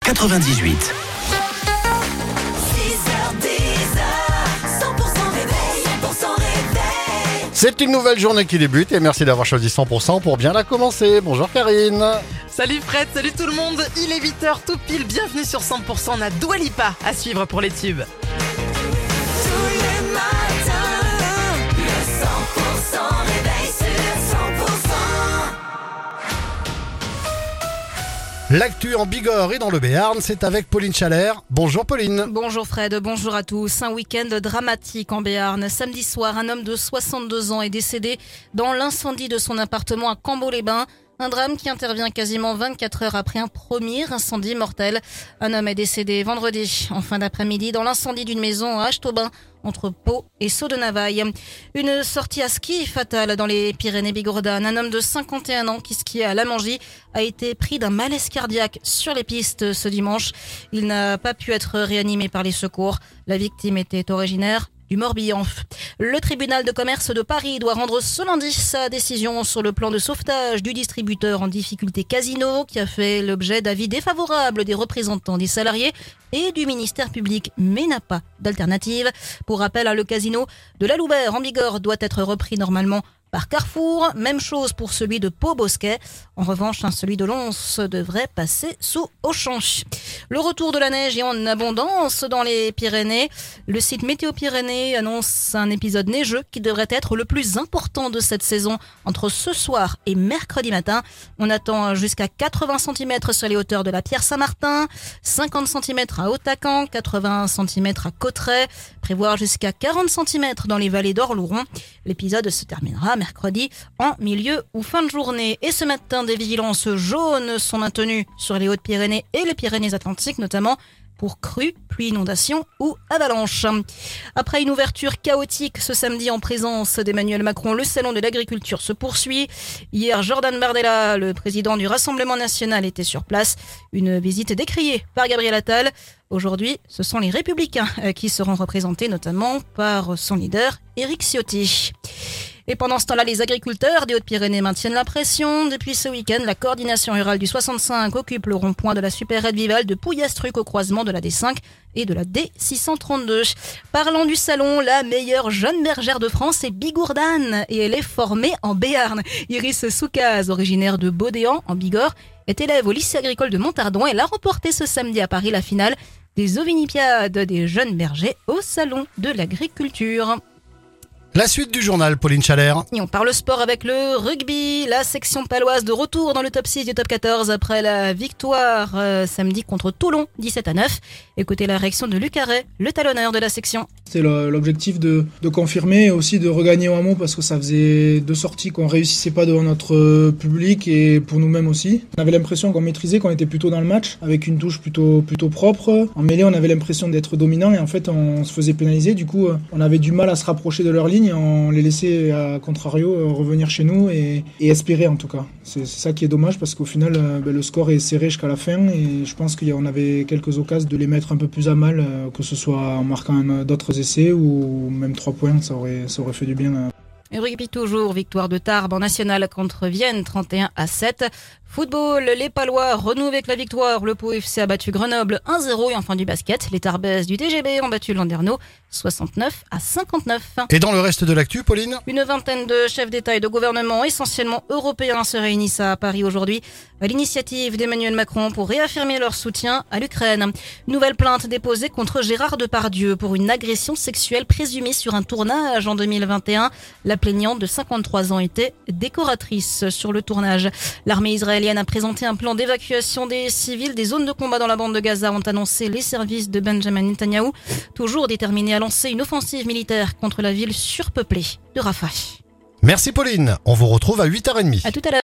98. C'est une nouvelle journée qui débute et merci d'avoir choisi 100% pour bien la commencer. Bonjour Karine. Salut Fred, salut tout le monde. Il est 8h tout pile, bienvenue sur 100%. On a Dua Lipa à suivre pour les tubes. L'actu en Bigorre et dans le Béarn, c'est avec Pauline Chalère. Bonjour Pauline. Bonjour Fred, bonjour à tous. Un week-end dramatique en Béarn. Samedi soir, un homme de 62 ans est décédé dans l'incendie de son appartement à Cambo-les-Bains. Un drame qui intervient quasiment 24 heures après un premier incendie mortel. Un homme est décédé vendredi en fin d'après-midi dans l'incendie d'une maison à Achetaubin, entre Pau et Saut-de-Navaille. Une sortie à ski fatale dans les Pyrénées-Bigordanes. Un homme de 51 ans qui skiait à Lamangie a été pris d'un malaise cardiaque sur les pistes ce dimanche. Il n'a pas pu être réanimé par les secours. La victime était originaire du Morbihan. Le tribunal de commerce de Paris doit rendre ce lundi sa décision sur le plan de sauvetage du distributeur en difficulté Casino qui a fait l'objet d'avis défavorables des représentants des salariés et du ministère public, mais n'a pas d'alternative. Pour rappel, le Casino de la Loubert en Bigorre doit être repris normalement par Carrefour. Même chose pour celui de Pau-Bosquet. En revanche, celui de Lons devrait passer sous Auchan. Le retour de la neige est en abondance dans les Pyrénées. Le site Météo Pyrénées annonce un épisode neigeux qui devrait être le plus important de cette saison entre ce soir et mercredi matin. On attend jusqu'à 80 cm sur les hauteurs de la Pierre-Saint-Martin, 50 cm à Hautacan, 80 cm à Cauterets, prévoir jusqu'à 40 cm dans les vallées d'Orlouron. L'épisode se terminera mercredi en milieu ou fin de journée. Et ce matin, des vigilances jaunes sont maintenues sur les Hautes-Pyrénées et les Pyrénées-Atlantiques, notamment pour crues, pluies, inondations ou avalanches. Après une ouverture chaotique ce samedi en présence d'Emmanuel Macron, le salon de l'agriculture se poursuit. Hier, Jordan Bardella, le président du Rassemblement national, était sur place. Une visite décriée par Gabriel Attal. Aujourd'hui, ce sont les Républicains qui seront représentés, notamment par son leader, Éric Ciotti. Et pendant ce temps-là, les agriculteurs des Hautes-Pyrénées maintiennent la pression. Depuis ce week-end, la coordination rurale du 65 occupe le rond-point de la supérette Vival de Pouillastruc au croisement de la D5 et de la D632. Parlant du salon, la meilleure jeune bergère de France est bigourdane et elle est formée en Béarn. Iris Soukaz, originaire de Baudéan en Bigorre, est élève au lycée agricole de Montardon. Elle a remporté ce samedi à Paris la finale des Ovinipiades des jeunes bergers au salon de l'agriculture. La suite du journal, Pauline Chalère. Et on parle sport avec le rugby. La section paloise de retour dans le top 6 du top 14 après la victoire samedi contre Toulon, 17-9. Écoutez la réaction de Luc Arret, le talonneur de la section. C'est l'objectif de confirmer et aussi de regagner au hameau parce que ça faisait 2 sorties qu'on réussissait pas devant notre public et pour nous-mêmes aussi. On avait l'impression qu'on maîtrisait, qu'on était plutôt dans le match avec une touche plutôt propre. En mêlée, on avait l'impression d'être dominant et en fait, on se faisait pénaliser. Du coup, on avait du mal à se rapprocher de leur ligne. On les laissait à contrario revenir chez nous et espérer en tout cas. C'est ça qui est dommage parce qu'au final le score est serré jusqu'à la fin et je pense qu'on avait quelques occasions de les mettre un peu plus à mal, que ce soit en marquant d'autres essais ou même 3 points, ça aurait fait du bien. Et rugby toujours, victoire de Tarbes en national contre Vienne, 31-7. Football, les Palois renouent avec la victoire. Le Pau FC a battu Grenoble 1-0 et enfin du basket. Les Tarbaises du TGB ont battu Landerneau 69-59. Et dans le reste de l'actu, Pauline ? Une vingtaine de chefs d'État et de gouvernement, essentiellement européens, se réunissent à Paris aujourd'hui à l'initiative d'Emmanuel Macron pour réaffirmer leur soutien à l'Ukraine. Nouvelle plainte déposée contre Gérard Depardieu pour une agression sexuelle présumée sur un tournage en 2021. La plaignante de 53 ans était décoratrice sur le tournage. L'armée israélienne a présenté un plan d'évacuation des civils des zones de combat dans la bande de Gaza, ont annoncé les services de Benjamin Netanyahou, toujours déterminés à lancer une offensive militaire contre la ville surpeuplée de Rafah. Merci Pauline, on vous retrouve à 8h30. À tout à l'heure.